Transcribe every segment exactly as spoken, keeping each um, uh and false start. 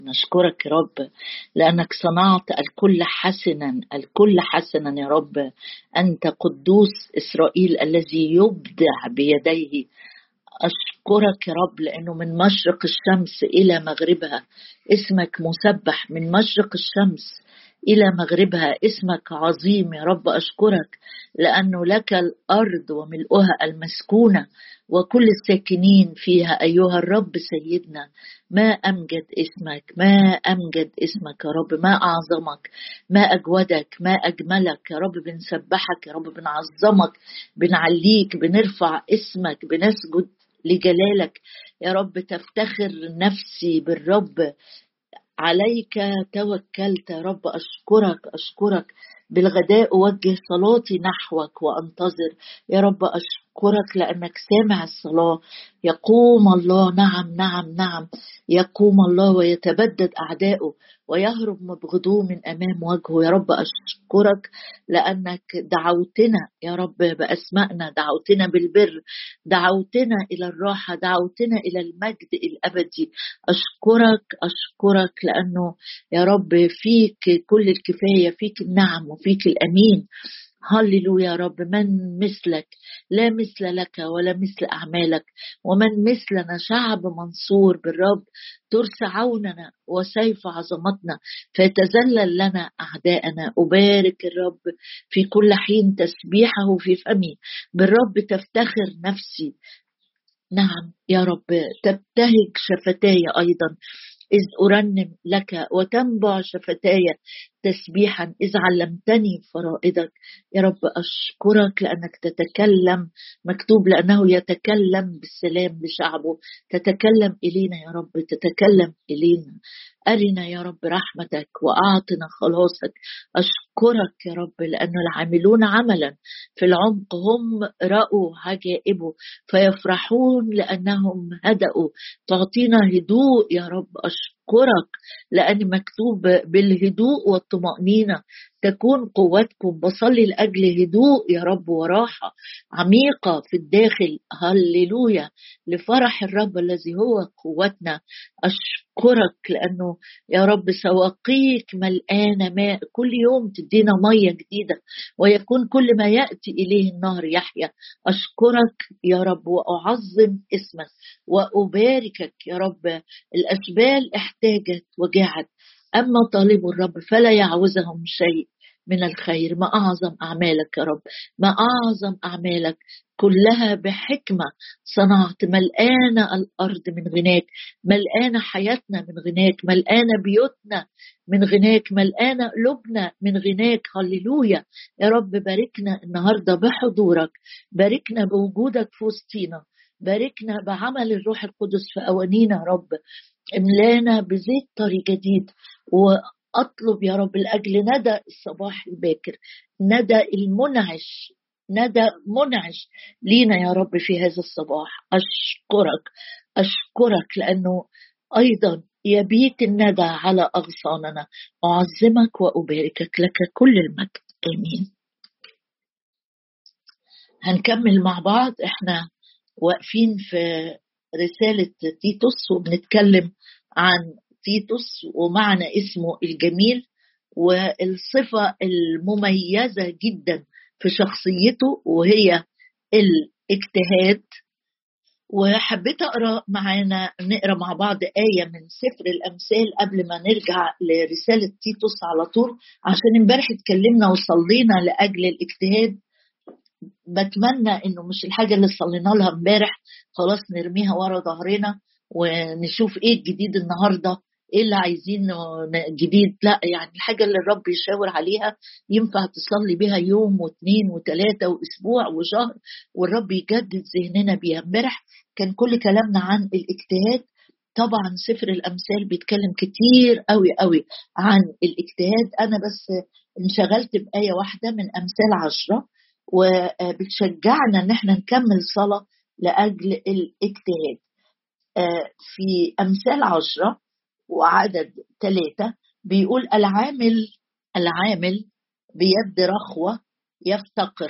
نشكرك يا رب لأنك صنعت الكل حسنا، الكل حسنا يا رب. أنت قدوس إسرائيل الذي يبدع بيديه. أشكرك يا رب لأنه من مشرق الشمس إلى مغربها اسمك مسبح، من مشرق الشمس إلى مغربها اسمك عظيم يا رب. أشكرك لأنه لك الأرض وملؤها المسكونة وكل الساكنين فيها أيها الرب سيدنا. ما أمجد اسمك، ما أمجد اسمك يا رب، ما أعظمك، ما أجودك، ما أجملك يا رب. بنسبحك يا رب، بنعظمك، بنعليك، بنرفع اسمك، بنسجد لجلالك يا رب. تفتخر نفسي بالرب، عليك توكلت يا رب. أشكرك أشكرك بالغداء أوجه صلاتي نحوك وأنتظر يا رب. أشكرك لأنك سامع الصلاة. يقوم الله، نعم نعم نعم، يقوم الله ويتبدد أعداؤه ويهرب مبغضوه من أمام وجهه يا رب. أشكرك لأنك دعوتنا يا رب بأسمائنا، دعوتنا بالبر، دعوتنا إلى الراحة، دعوتنا إلى المجد الأبدي. أشكرك أشكرك لأنه يا رب فيك كل الكفاية، فيك النعم وفيك الأمين. هللويا يا رب. من مثلك؟ لا مثل لك ولا مثل أعمالك. ومن مثلنا؟ شعب منصور بالرب، ترس عوننا وسيف عظمتنا، فيتذلل لنا أعداءنا. أبارك الرب في كل حين، تسبيحه في فمي. بالرب تفتخر نفسي، نعم يا رب. تبتهج شفتاي أيضا إذ أرنم لك، وتنبع شفتاي تسبيحا إذ علمتني فرائضك يا رب. أشكرك لأنك تتكلم، مكتوب لأنه يتكلم بالسلام لشعبه. تتكلم إلينا يا رب، تتكلم إلينا. أرنا يا رب رحمتك وأعطنا خلاصك. أشكرك يا رب لأن العاملون عملا في العمق هم رأوا عجائبه فيفرحون لأنهم هدأوا. تعطينا هدوء يا رب. أشكرك لأن مكتوب بالهدوء والطمأنينة تكون قوتكم. بصلي لأجل هدوء يا رب وراحة عميقة في الداخل. هللويا لفرح الرب الذي هو قوتنا. أشكرك لأنه يا رب سواقيك ملآنة ماء، كل يوم تدينا مية جديدة ويكون كل ما يأتي إليه النهر يحيا. أشكرك يا رب وأعظم اسمك وأباركك يا رب. الأشبال احتاجت وجاعت، أما طالب الرب فلا يعوزهم شيء من الخير. ما أعظم أعمالك يا رب، ما أعظم أعمالك كلها بحكمة صنعت. ملآنة الأرض من غناك، ملآنة حياتنا من غناك، ملآنة بيوتنا من غناك، ملآنة قلوبنا من غناك. هللويا يا رب. باركنا النهاردة بحضورك، باركنا بوجودك في وسطينا، باركنا بعمل الروح القدس في أوانينا يا رب. املانا بزيت طري جديد. وأطلب يا رب لأجل ندى الصباح الباكر، ندى المنعش، ندى منعش لينا يا رب في هذا الصباح. أشكرك أشكرك لأنه أيضا يبيت الندى على أغصاننا. أعظمك وأباركك، لك كل المجد. آمين. هنكمل مع بعض. احنا واقفين في رسالة تيتوس وبنتكلم عن تيتوس ومعنى اسمه الجميل والصفة المميزة جدا في شخصيته وهي الاجتهاد. وحبيت أقرأ معانا، نقرأ مع بعض آية من سفر الأمثال قبل ما نرجع لرسالة تيتوس على طول، عشان امبارح اتكلمنا وصلينا لأجل الاجتهاد. بتمنى انه مش الحاجة اللي صلينا لها امبارح خلاص نرميها ورا ظهرنا ونشوف ايه الجديد النهاردة، ايه اللي عايزينه جديد. لا، يعني الحاجة اللي الرب يشاور عليها ينفع تصلي بيها يوم واثنين وثلاثة واسبوع وشهر، والرب يجدد ذهننا بيها. امبارح كان كل كلامنا عن الاجتهاد. طبعا سفر الأمثال بيتكلم كتير قوي قوي عن الاجتهاد. أنا بس انشغلت بآية واحدة من أمثال عشرة وبتشجعنا ان احنا نكمل صلاة لأجل الاجتهاد. في أمثال عشرة وعدد ثلاثة بيقول العامل العامل بيد رخوة يفتقر،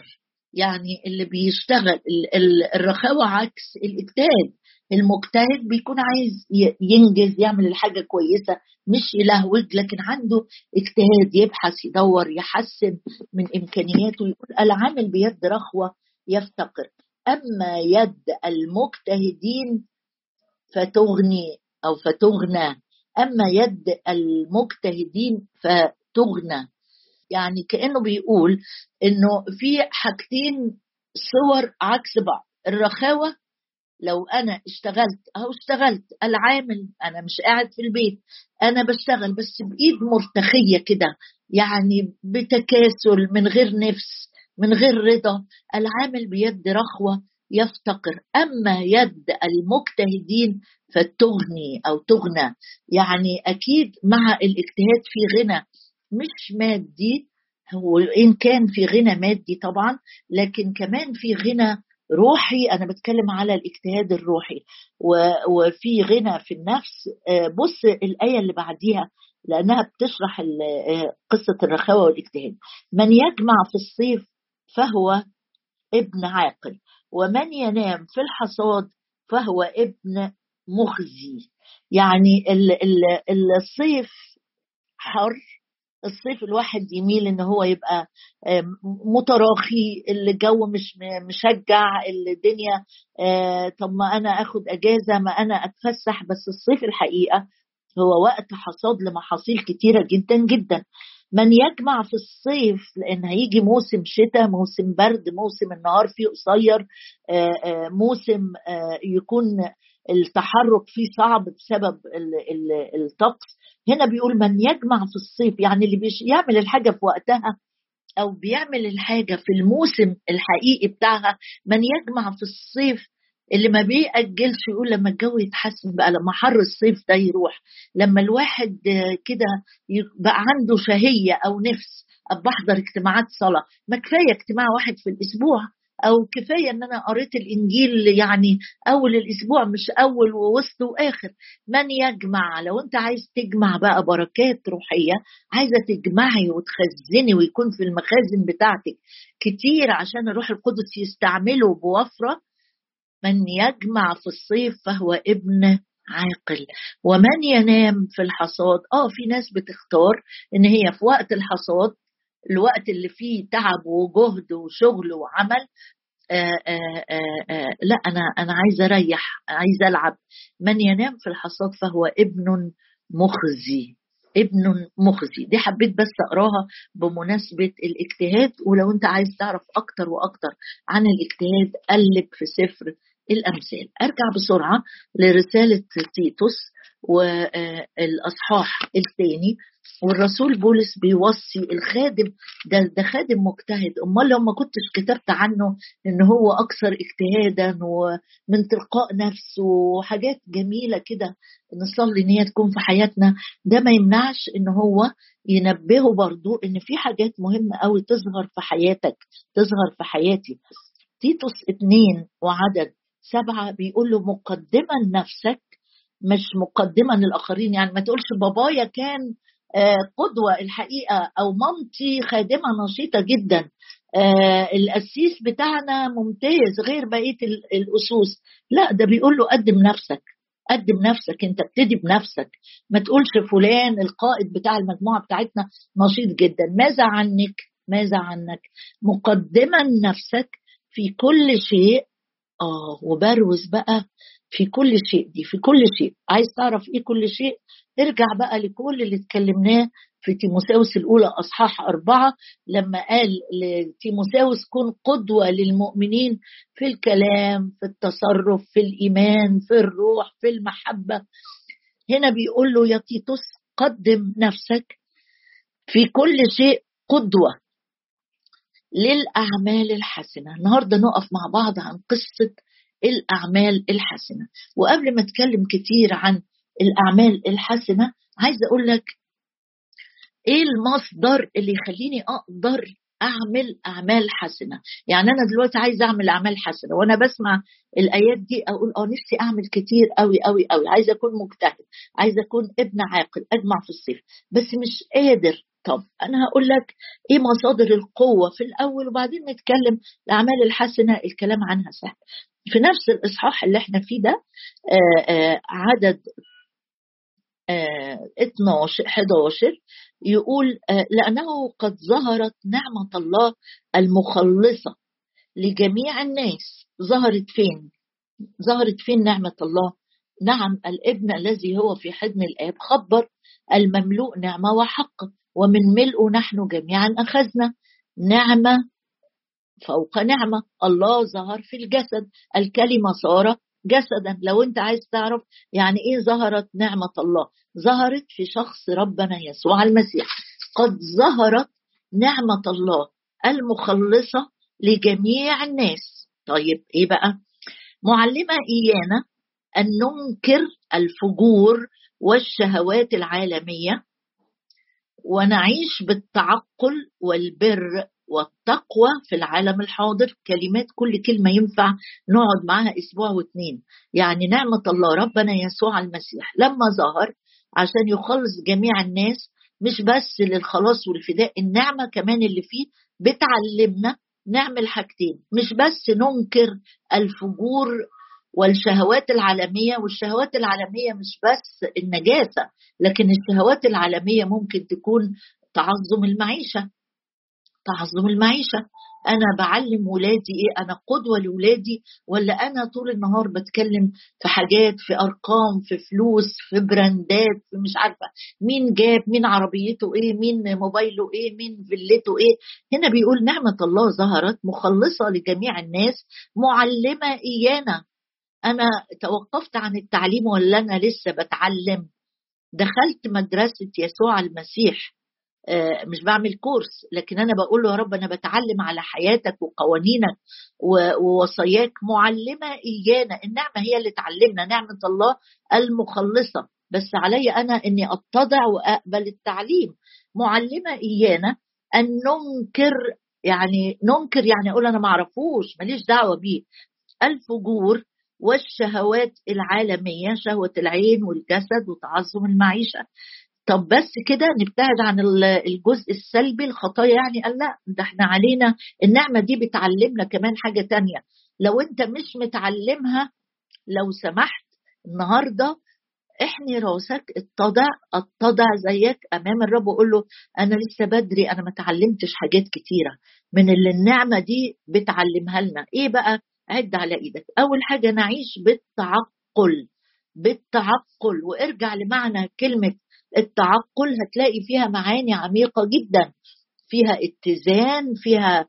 يعني اللي بيشتغل الرخاوة عكس الاجتهاد. المجتهد بيكون عايز ينجز، يعمل الحاجة كويسة، مش يلهوج، لكن عنده اجتهاد، يبحث، يدور، يحسن من إمكانياته. يقول العامل بيد رخوة يفتقر، أما يد المجتهدين فتغني أو فتغنى. أما يد المجتهدين فتغنى. يعني كأنه بيقول إنه في حاجتين صور عكس بعض. الرخاوة لو أنا اشتغلت أو اشتغلت العامل، أنا مش قاعد في البيت، أنا بشتغل بس بإيد مرتخية كده، يعني بتكاسل، من غير نفس، من غير رضا. العامل بيد رخوة يفتقر، أما يد المجتهدين فتغني أو تغنى. يعني أكيد مع الاجتهاد في غنى، مش مادي، هو إن كان في غنى مادي طبعا، لكن كمان في غنى روحي. أنا بتكلم على الاجتهاد الروحي، وفي غنى في النفس. بص الآية اللي بعديها لأنها بتشرح قصة الرخاوة والاجتهاد. من يجمع في الصيف فهو ابن عاقل، ومن ينام في الحصاد فهو ابن مخزي. يعني الصيف حر، الصيف الواحد يميل ان هو يبقى متراخي، الجو مش مشجع، الدنيا طب ما انا اخد اجازة، ما انا اتفسح. بس الصيف الحقيقة هو وقت حصاد لمحاصيل كتيرة جدا جدا. من يجمع في الصيف، لان هيجي موسم شتاء، موسم برد، موسم النهار فيه قصير، موسم يكون التحرك فيه صعب بسبب الطقس. هنا بيقول من يجمع في الصيف، يعني اللي بيعمل الحاجة في وقتها أو بيعمل الحاجة في الموسم الحقيقي بتاعها. من يجمع في الصيف، اللي ما بيأجلش، يقول لما الجو يتحسن بقى، لما حر الصيف ده يروح، لما الواحد كده بقى عنده شهية أو نفس أبقى أحضر اجتماعات صلاة. ما كفاية اجتماع واحد في الأسبوع، أو كفاية أن أنا قريت الإنجيل يعني أول الأسبوع، مش أول ووسط وآخر. من يجمع، لو أنت عايز تجمع بقى بركات روحية، عايزة تجمعي وتخزني ويكون في المخازن بتاعتك كتير عشان الروح القدس يستعمله بوفرة، من يجمع في الصيف فهو ابن عاقل. ومن ينام في الحصاد، اه في ناس بتختار ان هي في وقت الحصاد، الوقت اللي فيه تعب وجهد وشغل وعمل، آآ آآ آآ لا انا انا عايزه اريح، عايزه العب. من ينام في الحصاد فهو ابن مخزي، ابن مخزي. دي حبيت بس اقراها بمناسبه الاجتهاد. ولو انت عايز تعرف اكتر واكتر عن الاجتهاد قلب في سفر الامثال. ارجع بسرعه لرساله تيتوس والاصحاح الثاني. والرسول بولس بيوصي الخادم ده ده خادم مجتهد. امال لو ما كنتش كتبت عنه ان هو اكثر اجتهادا ومن تلقاء نفسه وحاجات جميله كده نصلي ان هي تكون في حياتنا، ده ما يمنعش ان هو ينبهه برضو ان في حاجات مهمه قوي تظهر في حياتك، تظهر في حياتي. تيتوس اتنين وعدد سبعة بيقول له مقدما نفسك، مش مقدما للآخرين. يعني ما تقولش بابايا كان قدوة الحقيقة، أو مامتي خادمة نشيطة جدا، القسيس بتاعنا ممتاز غير بقية الأسوس. لا، ده بيقول له قدم نفسك، قدم نفسك، انت ابتدي بنفسك. ما تقولش فلان القائد بتاع المجموعة بتاعتنا نشيط جدا، ماذا عنك، ماذا عنك. مقدما نفسك في كل شيء. آه وبروز بقى في كل شيء، دي في كل شيء. عايز تعرف ايه كل شيء؟ ارجع بقى لكل اللي اتكلمناه في تيموثاوس الأولى أصحاح أربعة، لما قال لتيموثاوس كن قدوة للمؤمنين في الكلام، في التصرف، في الإيمان، في الروح، في المحبة. هنا بيقول له يا تيتوس قدم نفسك في كل شيء قدوة للأعمال الحسنة. النهاردة نقف مع بعض عن قصة الأعمال الحسنة. وقبل ما أتكلم كتير عن الأعمال الحسنة، عايزة أقول لك إيه المصدر اللي يخليني أقدر اعمل اعمال حسنه. يعني انا دلوقتي عايزه اعمل اعمال حسنه، وانا بسمع الايات دي اقول اه نفسي اعمل كتير قوي قوي قوي، عايزه اكون مجتهد، عايزه اكون ابن عاقل اجمع في الصيف، بس مش قادر. طب انا هقول لك ايه مصادر القوه في الاول، وبعدين نتكلم الاعمال الحسنه الكلام عنها سهل. في نفس الاصحاح اللي احنا فيه ده آآ آآ عدد اتناشر حداشر يقول لأنه قد ظهرت نعمة الله المخلصة لجميع الناس. ظهرت فين؟ ظهرت فين نعمة الله؟ نعم، الابن الذي هو في حضن الآب خبر المملوء نعمة وحق، ومن ملئه نحن جميعا أخذنا نعمة فوق نعمة. الله ظهر في الجسد، الكلمة صار جسدا. لو انت عايز تعرف يعني ايه ظهرت نعمة الله، ظهرت في شخص ربنا يسوع المسيح. قد ظهرت نعمة الله المخلصة لجميع الناس. طيب ايه بقى؟ معلمة ايانا ان ننكر الفجور والشهوات العالمية، ونعيش بالتعقل والبر والتقوى في العالم الحاضر. كلمات كل كلمة ينفع نقعد معها أسبوع واتنين. يعني نعمة الله ربنا يسوع المسيح لما ظهر عشان يخلص جميع الناس، مش بس للخلاص والفداء، النعمة كمان اللي فيه بتعلمنا نعمل حاجتين. مش بس ننكر الفجور والشهوات العالمية، والشهوات العالمية مش بس النجاسة، لكن الشهوات العالمية ممكن تكون تعظم المعيشة. تعظم المعيشة، أنا بعلم ولادي إيه؟ أنا قدوة لولادي، ولا أنا طول النهار بتكلم في حاجات، في أرقام، في فلوس، في براندات، في مش عارفة مين جاب، مين عربيته إيه، مين موبايله إيه، مين فيلته إيه. هنا بيقول نعمة الله ظهرت مخلصة لجميع الناس، معلمة إيانا. أنا توقفت عن التعليم ولا أنا لسه بتعلم؟ دخلت مدرسة يسوع المسيح، مش بعمل كورس، لكن أنا بقول له يا رب أنا بتعلم على حياتك وقوانينك ووصاياك. معلمة إيانا، النعمة هي اللي تعلمنا، نعمة الله المخلصة، بس علي أنا أني أتضع وأقبل التعليم. معلمة إيانا أن ننكر، يعني ننكر يعني أقول أنا معرفوش، ماليش دعوة بيه، الفجور والشهوات العالمية، شهوة العين والجسد وتعظم المعيشة. طب بس كده نبتعد عن الجزء السلبي الخطايا يعني؟ قال لا، ده احنا علينا النعمة دي بتعلمنا كمان حاجة تانية. لو انت مش متعلمها، لو سمحت النهاردة احني راسك، اتضع اتضع زيك امام الرب وقول له انا لسه بدري، انا ما تعلمتش حاجات كتيرة من اللي النعمة دي بتعلمها لنا. ايه بقى؟ عد على ايدك. اول حاجة نعيش بالتعقل. بالتعقل، وارجع لمعنى كلمة التعقل هتلاقي فيها معاني عميقة جدا، فيها اتزان، فيها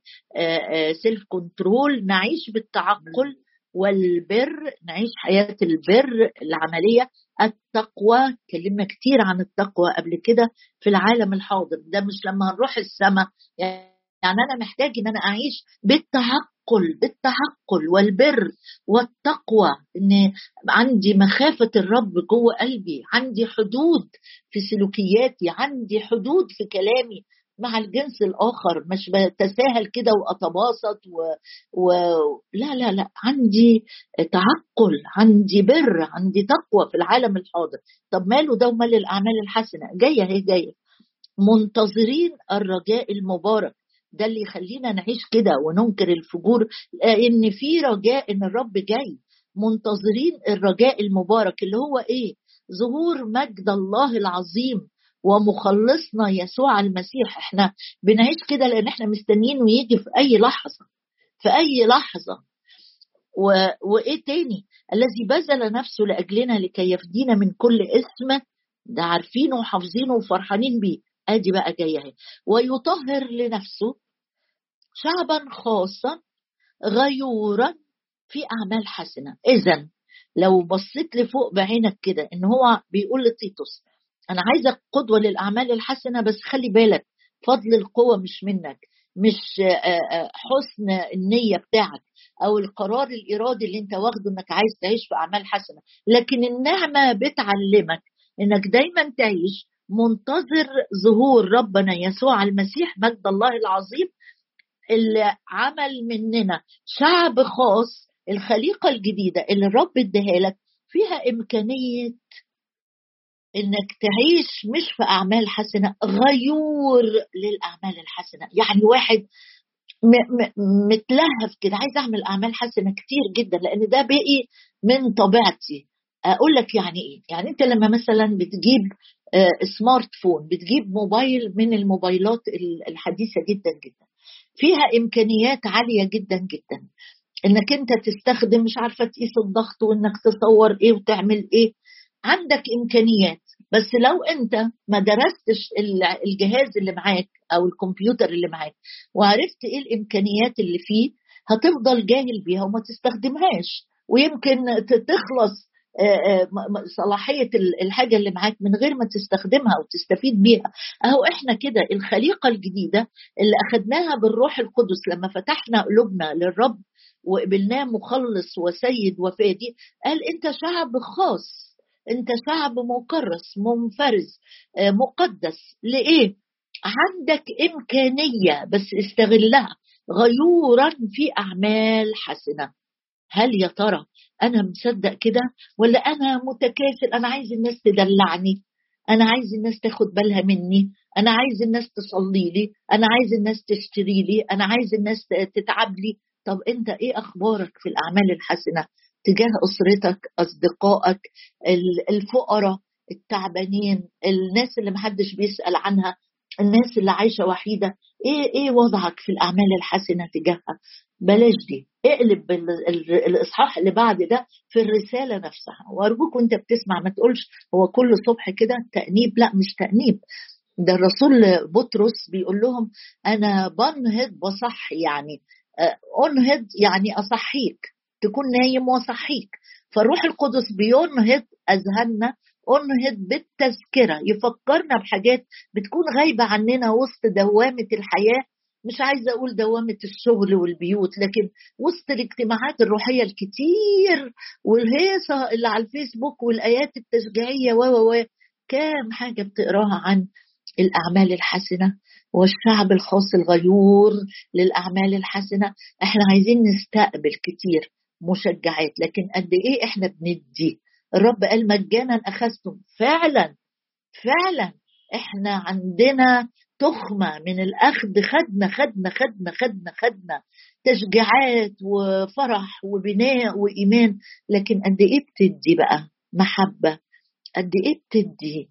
سيلف كنترول. نعيش بالتعقل والبر، نعيش حياة البر العملية. التقوى، كلمنا كتير عن التقوى قبل كده في العالم الحاضر، ده مش لما هنروح السماء. يعني أنا محتاج إن أنا أعيش بالتعقل، بالتعقل والبر والتقوى، إن عندي مخافة الرب جوه قلبي، عندي حدود في سلوكياتي، عندي حدود في كلامي مع الجنس الآخر، مش بتساهل كده وأتباسط و... و... لا لا لا، عندي تعقل، عندي بر، عندي تقوى في العالم الحاضر. طب ماله ده ومال الأعمال الحسنة؟ جاية هي جاية، منتظرين الرجاء المبارك. ده اللي يخلينا نعيش كده وننكر الفجور، لأن في رجاء إن الرب جاي. منتظرين الرجاء المبارك اللي هو إيه؟ ظهور مجد الله العظيم ومخلصنا يسوع المسيح. احنا بنعيش كده لأن احنا مستنيين ويجي في أي لحظة، في أي لحظة. و... وإيه تاني؟ الذي بذل نفسه لأجلنا لكي يفدينا من كل اسم، ده عارفينه وحافظينه وفرحانين بيه. ادي بقى جايه اهي. ويطهر لنفسه شعبا خاصا غيورا في اعمال حسنه. اذا لو بصيت لفوق بعينك كده ان هو بيقول لتيتوس انا عايزك قدوه للاعمال الحسنه، بس خلي بالك فضل القوه مش منك، مش حسن النيه بتاعك او القرار الارادي اللي انت واخده انك عايز تعيش في اعمال حسنه، لكن النعمه بتعلمك انك دايما تعيش منتظر ظهور ربنا يسوع المسيح مجد الله العظيم اللي عمل مننا شعب خاص. الخليقة الجديدة اللي الرب اداها لك فيها إمكانية إنك تعيش مش في أعمال حسنة، غيور للأعمال الحسنة. يعني واحد م- م- متلهف كده عايز أعمل أعمال حسنة كتير جدا لأن ده بقي من طبيعتي. أقول لك يعني إيه؟ يعني أنت لما مثلا بتجيب آه، سمارت فون، بتجيب موبايل من الموبايلات الحديثة جدا جدا، فيها إمكانيات عالية جدا جدا، انك انت تستخدم مش عارفة تقيس الضغط وانك تصور ايه وتعمل ايه، عندك امكانيات. بس لو انت ما درستش الجهاز اللي معاك او الكمبيوتر اللي معاك وعرفت ايه الامكانيات اللي فيه، هتفضل جاهل بيها وما تستخدمهاش، ويمكن تخلص صلاحية الحاجة اللي معاك من غير ما تستخدمها وتستفيد بيها. اهو احنا كده الخليقة الجديدة اللي اخدناها بالروح القدس لما فتحنا قلوبنا للرب وقبلناه مخلص وسيد وفادي، قال انت شعب خاص، انت شعب مكرس منفرز مقدس. لإيه؟ عندك إمكانية بس استغلها غيورا في أعمال حسنة. هل يا ترى أنا مصدق كده ولا أنا متكاسل؟ أنا عايز الناس تدلعني، أنا عايز الناس تاخد بالها مني، أنا عايز الناس تصلي لي، أنا عايز الناس تشتري لي، أنا عايز الناس تتعب لي. طب أنت إيه أخبارك في الأعمال الحسنة تجاه أسرتك، أصدقائك، الفقراء، التعبانين، الناس اللي محدش بيسأل عنها، الناس اللي عايشة وحيدة؟ إيه إيه وضعك في الأعمال الحسنة تجاهها؟ بلاش دي، اقلب الإصحاح اللي بعد ده في الرسالة نفسها. وأرجوك وانت بتسمع ما تقولش هو كل صبح كده تأنيب، لا مش تأنيب. ده الرسول بطرس بيقول لهم أنا بنهض بصحي، يعني أنهض يعني أصحيك، تكون نايم وصحيك. فالروح القدس بينهض أذهاننا، أنهض بالتذكرة، يفكرنا بحاجات بتكون غايبة عننا وسط دوامة الحياة. مش عايزة أقول دوامة الشغل والبيوت، لكن وسط الاجتماعات الروحية الكتير والهيصة اللي على الفيسبوك والآيات التشجيعية و و كام حاجة بتقراها عن الأعمال الحسنة والشعب الخاص الغيور للأعمال الحسنة. احنا عايزين نستقبل كتير مشجعات، لكن قد ايه احنا بندي؟ الرب قال مجانا أخذتم. فعلا فعلا احنا عندنا تخمة من الأخذ، خدنا خدنا خدنا خدنا خدنا تشجيعات وفرح وبناء وإيمان. لكن قد ايه بتدي بقى محبة؟ قد ايه بتدي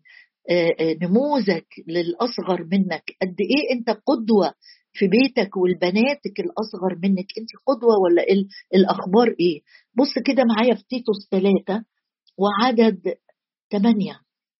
نموذج للأصغر منك؟ قد ايه انت قدوة في بيتك والبناتك الأصغر منك؟ انت قدوة ولا الأخبار ايه؟ بص كده معايا في تيتوس ثلاثة وعدد ثمانية.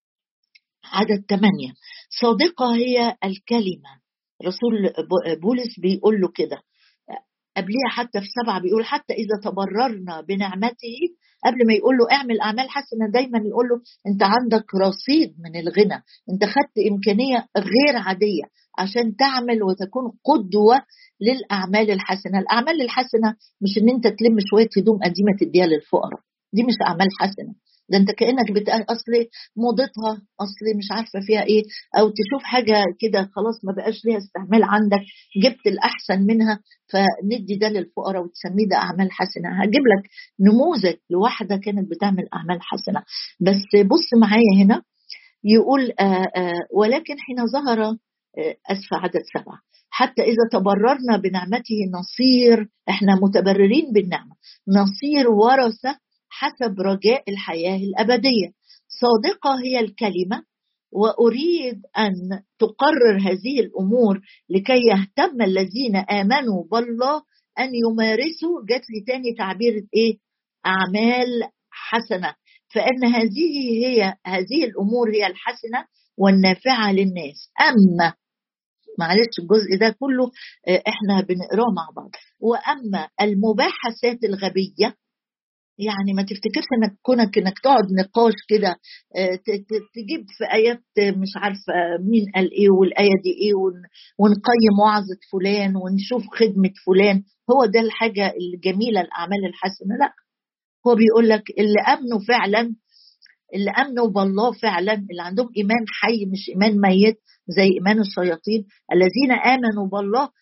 عدد ثمانية، صادقة هي الكلمة. رسول بولس بيقول له كده قبلها حتى في سبعة، بيقول حتى إذا تبررنا بنعمته. قبل ما يقول له اعمل أعمال حسنة دايما يقول له أنت عندك رصيد من الغنى، أنت خدت إمكانية غير عادية عشان تعمل وتكون قدوة للأعمال الحسنة. الأعمال الحسنة مش أن أنت تلم شوية هدوم قديمة تديها للفقراء، دي مش أعمال حسنة. ده انت كأنك بتقول اصلي موضتها، اصلي مش عارفة فيها ايه، او تشوف حاجة كده خلاص ما بقاش ليها استعمال عندك، جبت الاحسن منها فندي ده للفقراء وتسميه ده اعمال حسنة. هجيب لك نموذج لواحدة كانت بتعمل اعمال حسنة. بس بص معايا هنا يقول آآ آآ ولكن حين ظهر أسفل عدد سبعة، حتى إذا تبررنا بنعمته نصير، احنا متبررين بالنعمة، نصير ورثة حسب رجاء الحياة الأبدية. صادقة هي الكلمة، وأريد أن تقرر هذه الأمور لكي يهتم الذين آمنوا بالله أن يمارسوا، جات لي تاني تعبير إيه؟ أعمال حسنة. فإن هذه هي هذه الأمور هي الحسنة والنافعة للناس. أما معلش الجزء ده كله احنا بنقراه مع بعض. وأما المباحثات الغبية، يعني ما تفتكرش انك كونك انك تقعد نقاش كده تجيب في ايات مش عارفه مين قال ايه والايه دي ايه ونقيم وعظه فلان ونشوف خدمه فلان، هو ده الحاجه الجميله الاعمال الحسنه. لا، هو بيقول لك اللي امنوا فعلا، اللي امنوا بالله فعلا، اللي عندهم ايمان حي مش ايمان ميت زي ايمان الشياطين، الذين امنوا بالله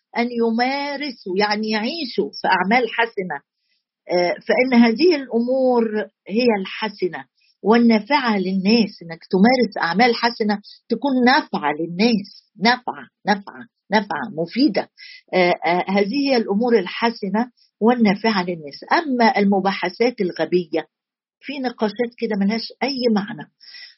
أن يمارسوا يعني يعيشوا في أعمال حسنة. فإن هذه الأمور هي الحسنة والنافعة للناس، إنك تمارس أعمال حسنة تكون نافعة للناس، نافعة نافعة نافعة مفيدة. هذه هي الأمور الحسنة والنافعة للناس. أما المباحثات الغبية في نقاشات كده ملهاش أي معنى،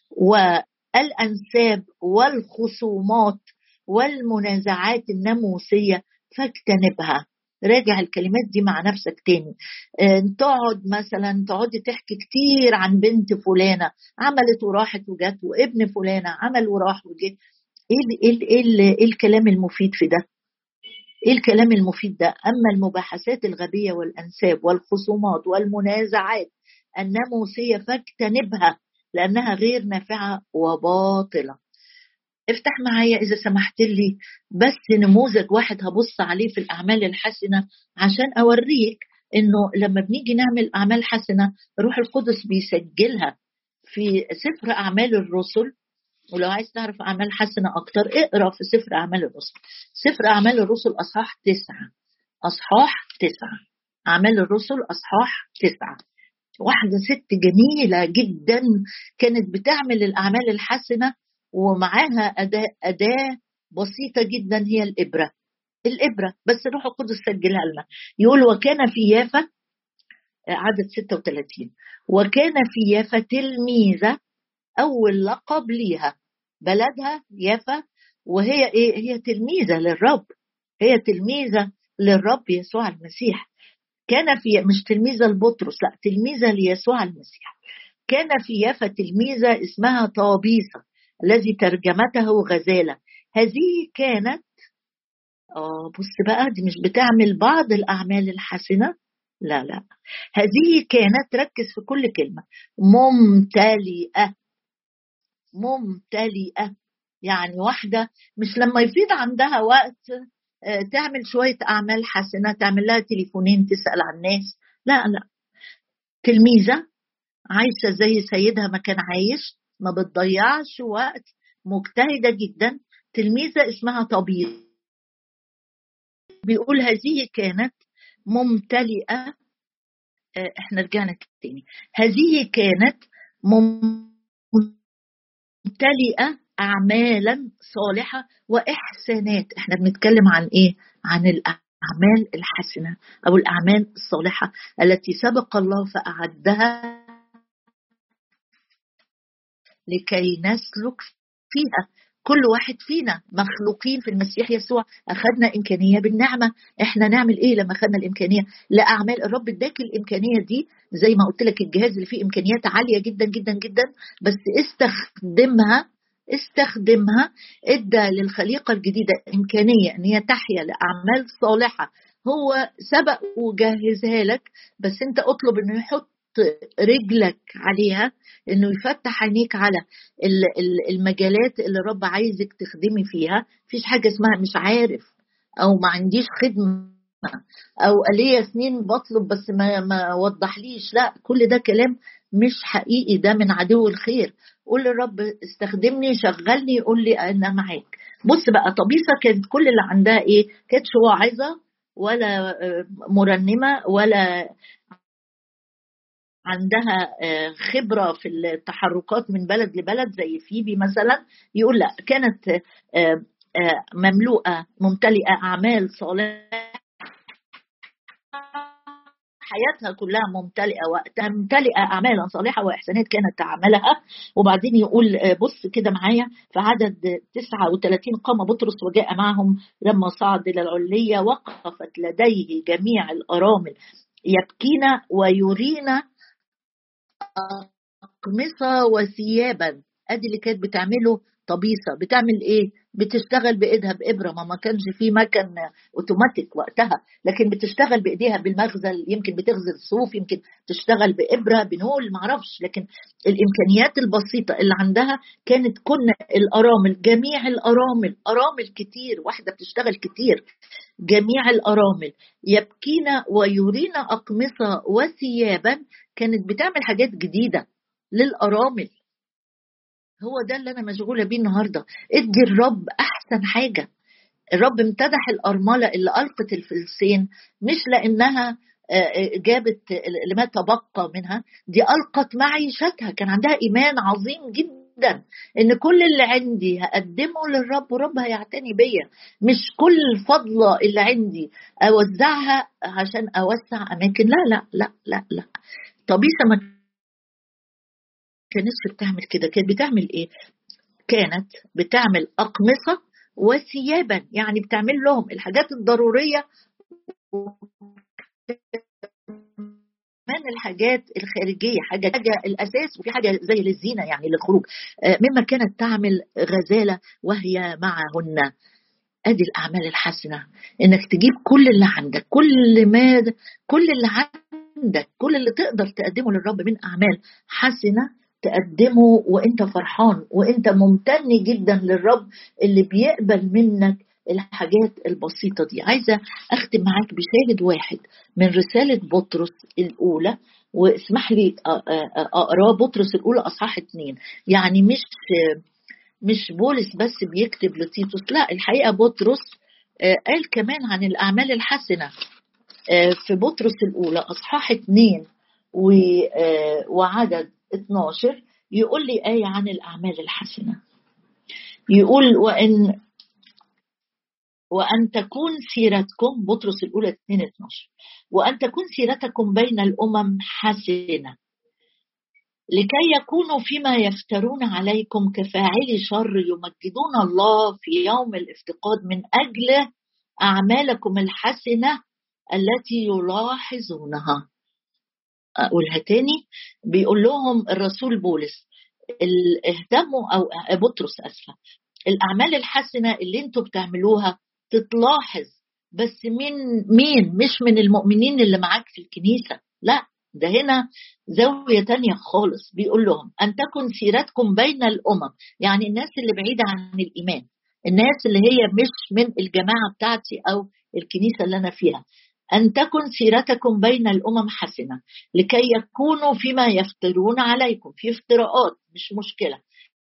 والأنساب والخصومات والمنازعات الناموسية فاجتنبها. راجع الكلمات دي مع نفسك تاني. اه تقعد مثلا تقعد تحكي كتير عن بنت فلانة عملت وراحت وجت، وابن فلانة عمل وراح وجت. ايه, إيه, إيه, إيه الكلام المفيد في ده؟ ايه الكلام المفيد ده؟ اما المباحثات الغبية والانساب والخصومات والمنازعات الناموسية فاجتنبها لانها غير نافعة وباطلة. افتح معايا إذا سمحت لي بس نموذج واحد هبص عليه في الأعمال الحسنة عشان أوريك إنه لما بنيجي نعمل أعمال حسنة روح القدس بيسجلها في سفر أعمال الرسل. ولو عايز تعرف أعمال حسنة أكتر اقرأ في سفر أعمال الرسل. سفر أعمال الرسل أصحاح تسعة، أصحاح تسعة، أعمال الرسل أصحاح تسعة. واحدة ست جميلة جدا كانت بتعمل الأعمال الحسنة ومعاها أداة, أداة بسيطة جدا هي الإبرة. الإبرة بس روح القدس سجلها لنا. يقول وكان في يافا، عدد ستة وثلاثين، وكان في يافا تلميذة، أول لقب ليها بلدها يافا، وهي إيه؟ هي تلميذة للرب، هي تلميذة للرب يسوع المسيح. كان في مش تلميذة لبطرس، لا تلميذة ليسوع المسيح. كان في يافا تلميذة اسمها طابيسة الذي ترجمته غزالة. هذه كانت آه بص بقى دي مش بتعمل بعض الأعمال الحسنة، لا لا، هذه كانت، ركز في كل كلمة، ممتلئة. ممتلئة يعني واحدة مش لما يفيد عندها وقت تعمل شوية أعمال حسنة، تعمل لها تليفونين تسأل عن الناس، لا لا، تلميذة عايشة زي سيدها ما كان عايش، ما بتضيعش وقت، مجتهدة جدا، تلميذة اسمها طبيب. بيقول هذه كانت ممتلئة. احنا رجعنا تاني، هذه كانت ممتلئة أعمالا صالحة وإحسانات. احنا بنتكلم عن ايه؟ عن الأعمال الحسنة أو الأعمال الصالحة التي سبق الله فأعدها لكي نسلك فيها. كل واحد فينا مخلوقين في المسيح يسوع، أخذنا إمكانية بالنعمة. إحنا نعمل إيه لما أخذنا الإمكانية؟ لأعمال الرب اداك الإمكانية دي، زي ما قلت لك الجهاز اللي فيه إمكانيات عالية جدا جدا جدا، بس استخدمها استخدمها. ادى للخليقة الجديدة إمكانية أن هي تحيا لأعمال صالحة هو سبق وجهزها لك، بس أنت أطلب أنه يحط رجلك عليها، انه يفتح عينيك على المجالات اللي رب عايزك تخدمي فيها. مفيش حاجة اسمها مش عارف او ما عنديش خدمة او ليا سنين بطلب بس ما, ما وضحليش، لا، كل ده كلام مش حقيقي، ده من عدو الخير. قول للرب استخدمني، شغلني، قول لي انا معاك. بص بقى طبيسة كانت كل اللي عندها ايه؟ كانتش واعظة ولا مرنمة ولا عندها خبرة في التحركات من بلد لبلد زي فيبي مثلا. يقول لا، كانت مملوءة ممتلئة أعمال صالحة، حياتها كلها ممتلئة وقتها ممتلئة أعمالا صالحة وإحسانات كانت تعملها. وبعدين يقول بص كده معايا في عدد تسعة وثلاثين، قام بطرس وجاء معهم، لما صعد إلى العلية وقفت لديه جميع الأرامل يبكين ويرين أقمصة وثيابا. ادي اللي كانت بتعمله طبيسة. بتعمل ايه؟ بتشتغل بايدها بإبرة، ما ما كانش فيه مكن اوتوماتيك وقتها، لكن بتشتغل بايديها بالمغزل، يمكن بتغزل صوف، يمكن تشتغل بإبرة بنول، معرفش، لكن الامكانيات البسيطة اللي عندها كانت. كنا الارامل، جميع الارامل، ارامل كتير، واحدة بتشتغل كتير، جميع الارامل يبكين ويرين أقمصة وثيابا. كانت بتعمل حاجات جديدة للأرامل. هو ده اللي أنا مشغولة بيه النهاردة. ادي الرب أحسن حاجة، الرب امتدح الأرملة اللي ألقت الفلسين مش لأنها جابت لما تبقى منها، دي ألقت معيشتها، كان عندها إيمان عظيم جدا إن كل اللي عندي هقدمه للرب ورب هيعتني بيا، مش كل الفضلة اللي عندي أوزعها عشان أوسع أماكن. لا لا لا لا لا. طبيسة ما كانتش بتعمل كده، كانت بتعمل إيه؟ كانت بتعمل أقمصة وثيابا، يعني بتعمل لهم الحاجات الضرورية من الحاجات الخارجية، حاجة, حاجة الأساس، وفي حاجة زي للزينة يعني للخروج، مما كانت تعمل غزالة وهي معهن. أدي الأعمال الحسنة، إنك تجيب كل اللي عندك، كل ما كل اللي عندك، كل اللي تقدر تقدمه للرب من أعمال حسنة تقدمه وإنت فرحان وإنت ممتن جدا للرب اللي بيقبل منك الحاجات البسيطة دي. عايزة أختم معاك بشاهد واحد من رسالة بطرس الأولى، واسمح لي أقرأ بطرس الأولى أصحاح اتنين. يعني مش مش بولس بس بيكتب لتيتوس، لا، الحقيقة بطرس قال كمان عن الأعمال الحسنة في بطرس الأولى أصحاح اتنين وعدد اتناشر، يقول لي آية عن الأعمال الحسنة، يقول وإن وأن تكون سيرتكم، بطرس الأولى اتنين اتناشر، وأن تكون سيرتكم بين الأمم حسنة لكي يكونوا فيما يفترون عليكم كفاعلي شر يمجدون الله في يوم الافتقاد من أجل أعمالكم الحسنة التي يلاحظونها. أقولها تاني، بيقول لهم الرسول بولس اهتموا، أو بطرس أسفة، الأعمال الحسنة اللي انتوا بتعملوها تتلاحظ، بس من مين؟ مش من المؤمنين اللي معاك في الكنيسة، لا، ده هنا زاوية تانية خالص. بيقول لهم أن تكن سيرتكم بين الأمم، يعني الناس اللي بعيدة عن الإيمان، الناس اللي هي مش من الجماعة بتاعتي أو الكنيسة اللي أنا فيها، أن تكن سيرتكم بين الأمم حسنة لكي يكونوا فيما يفترون عليكم، في افتراءات مش مشكلة،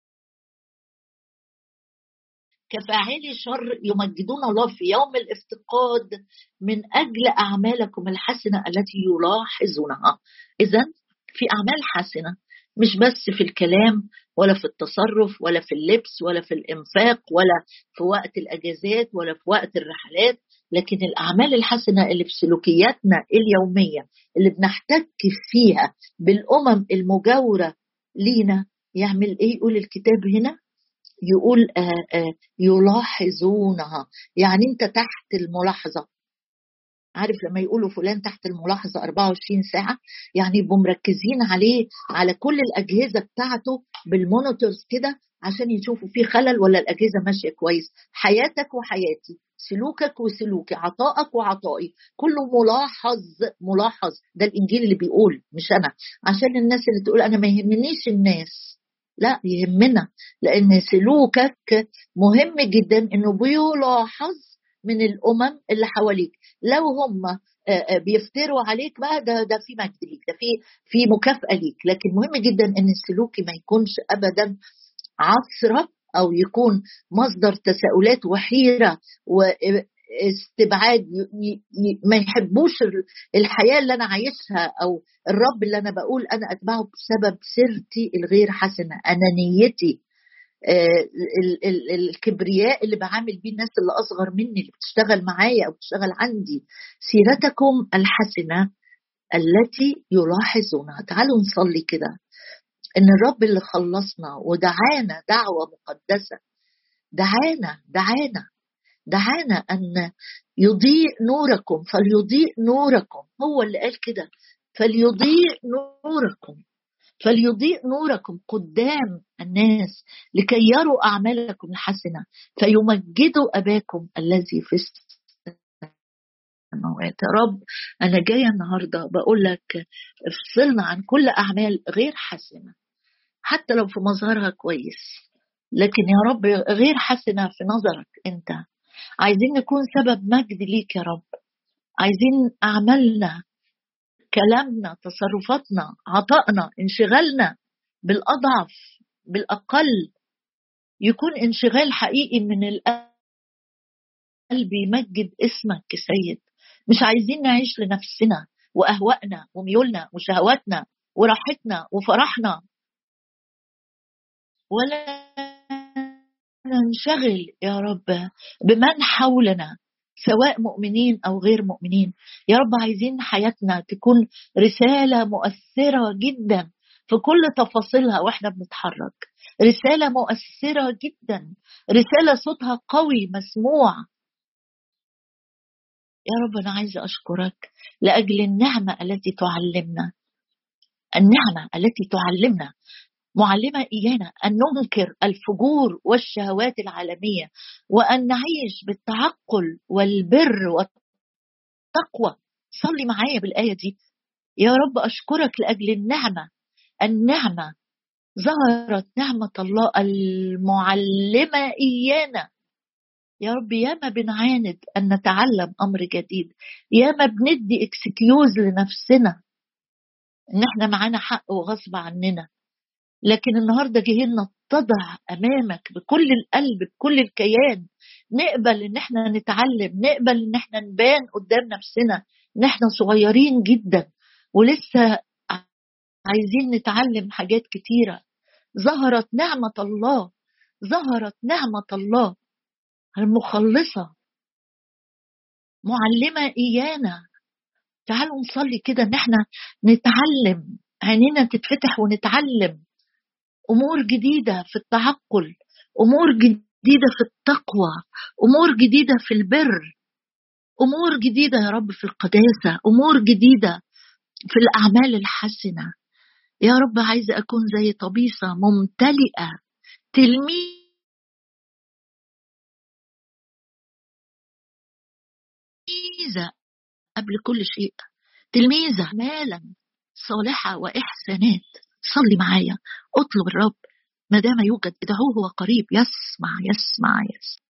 كفاعلي شر يمجدون الله في يوم الافتقاد من أجل أعمالكم الحسنة التي يلاحظونها. إذن في أعمال حسنة مش بس في الكلام ولا في التصرف ولا في اللبس ولا في الإنفاق ولا في وقت الأجازات ولا في وقت الرحلات، لكن الأعمال الحسنة اللي في سلوكياتنا اليومية اللي بنحتك فيها بالأمم المجاورة لينا. يعمل إيه؟ يقول الكتاب هنا، يقول آآ آآ يلاحظونها، يعني انت تحت الملاحظة. عارف لما يقولوا فلان تحت الملاحظة أربعة وعشرين ساعة، يعني يبقوا مركزين عليه، على كل الأجهزة بتاعته بالمونيتورز كده عشان يشوفوا فيه خلل ولا الأجهزة ماشية كويس. حياتك وحياتي، سلوكك وسلوكي، عطائك وعطائي، كله ملاحظ ملاحظ. ده الإنجيل اللي بيقول، مش أنا، عشان الناس اللي تقول أنا ما يهمنيش الناس، لا، يهمنا، لأن سلوكك مهم جدا إنه بيلاحظ من الأمم اللي حواليك. لو هم بيفتروا عليك بقى، ده ده في مجد ليك، ده في في مكافأة ليك، لكن مهم جدا إن السلوك ما يكونش أبدا عثرة أو يكون مصدر تساؤلات وحيرة واستبعاد، ما يحبوش الحياة اللي أنا عايشها أو الرب اللي أنا بقول أنا أتبعه بسبب سيرتي الغير حسنة، أنانيتي، الكبرياء اللي بعامل بيه الناس اللي أصغر مني اللي بتشتغل معايا أو بتشتغل عندي. سيرتكم الحسنة التي يلاحظونها. تعالوا نصلي كده إن الرب اللي خلصنا ودعانا دعوة مقدسة، دعانا دعانا دعانا أن يضيء نوركم فليضيء نوركم، هو اللي قال كده، فليضيء نوركم فليضيء نوركم قدام الناس لكي يروا أعمالكم الحسنة فيمجدوا أباكم الذي في السماوات. يا رب أنا جاية النهاردة بقول لك افصلنا عن كل أعمال غير حسنة، حتى لو في مظهرها كويس، لكن يا رب غير حسنة في نظرك أنت. عايزين نكون سبب مجد ليك يا رب، عايزين أعمالنا، كلامنا، تصرفاتنا، عطائنا، انشغالنا بالأضعف بالأقل يكون انشغال حقيقي من القلب قلب يمجد اسمك كسيد. مش عايزين نعيش لنفسنا وأهوائنا وميولنا وشهواتنا وراحتنا وفرحنا، ولا ننشغل يا رب بمن حولنا سواء مؤمنين أو غير مؤمنين. يا رب عايزين حياتنا تكون رسالة مؤثرة جدا في كل تفاصيلها وإحنا بنتحرك، رسالة مؤثرة جدا، رسالة صوتها قوي مسموع. يا رب أنا عايزة أشكرك لأجل النعمة التي تعلمنا، النعمة التي تعلمنا معلمة إيانا أن ننكر الفجور والشهوات العالمية، وأن نعيش بالتعقل والبر والتقوى. صلي معايا بالآية دي. يا رب أشكرك لأجل النعمة، النعمة ظهرت نعمة الله المعلمة إيانا. يا رب ياما بنعاند أن نتعلم أمر جديد، ياما بندي اكسكيوز لنفسنا إن احنا معانا حق وغصب عننا، لكن النهاردة جايين نتضع أمامك بكل القلب بكل الكيان، نقبل إن احنا نتعلم، نقبل إن احنا نبان قدام نفسنا إن احنا صغيرين جدا ولسه عايزين نتعلم حاجات كتيرة. ظهرت نعمة الله، ظهرت نعمة الله المخلصة معلمة إيانا. تعالوا نصلي كده إن احنا نتعلم، عينينا تتفتح ونتعلم أمور جديدة في التعقل، أمور جديدة في التقوى، أمور جديدة في البر، أمور جديدة يا رب في القداسة، أمور جديدة في الأعمال الحسنة. يا رب عايزة أكون زي طبيسة ممتلئة، تلميذة قبل كل شيء، تلميذة مالا صالحة وإحسانات. صلي معايا، اطلب الرب ما دام يوجد، ادعوه هو قريب، يسمع يسمع يسمع.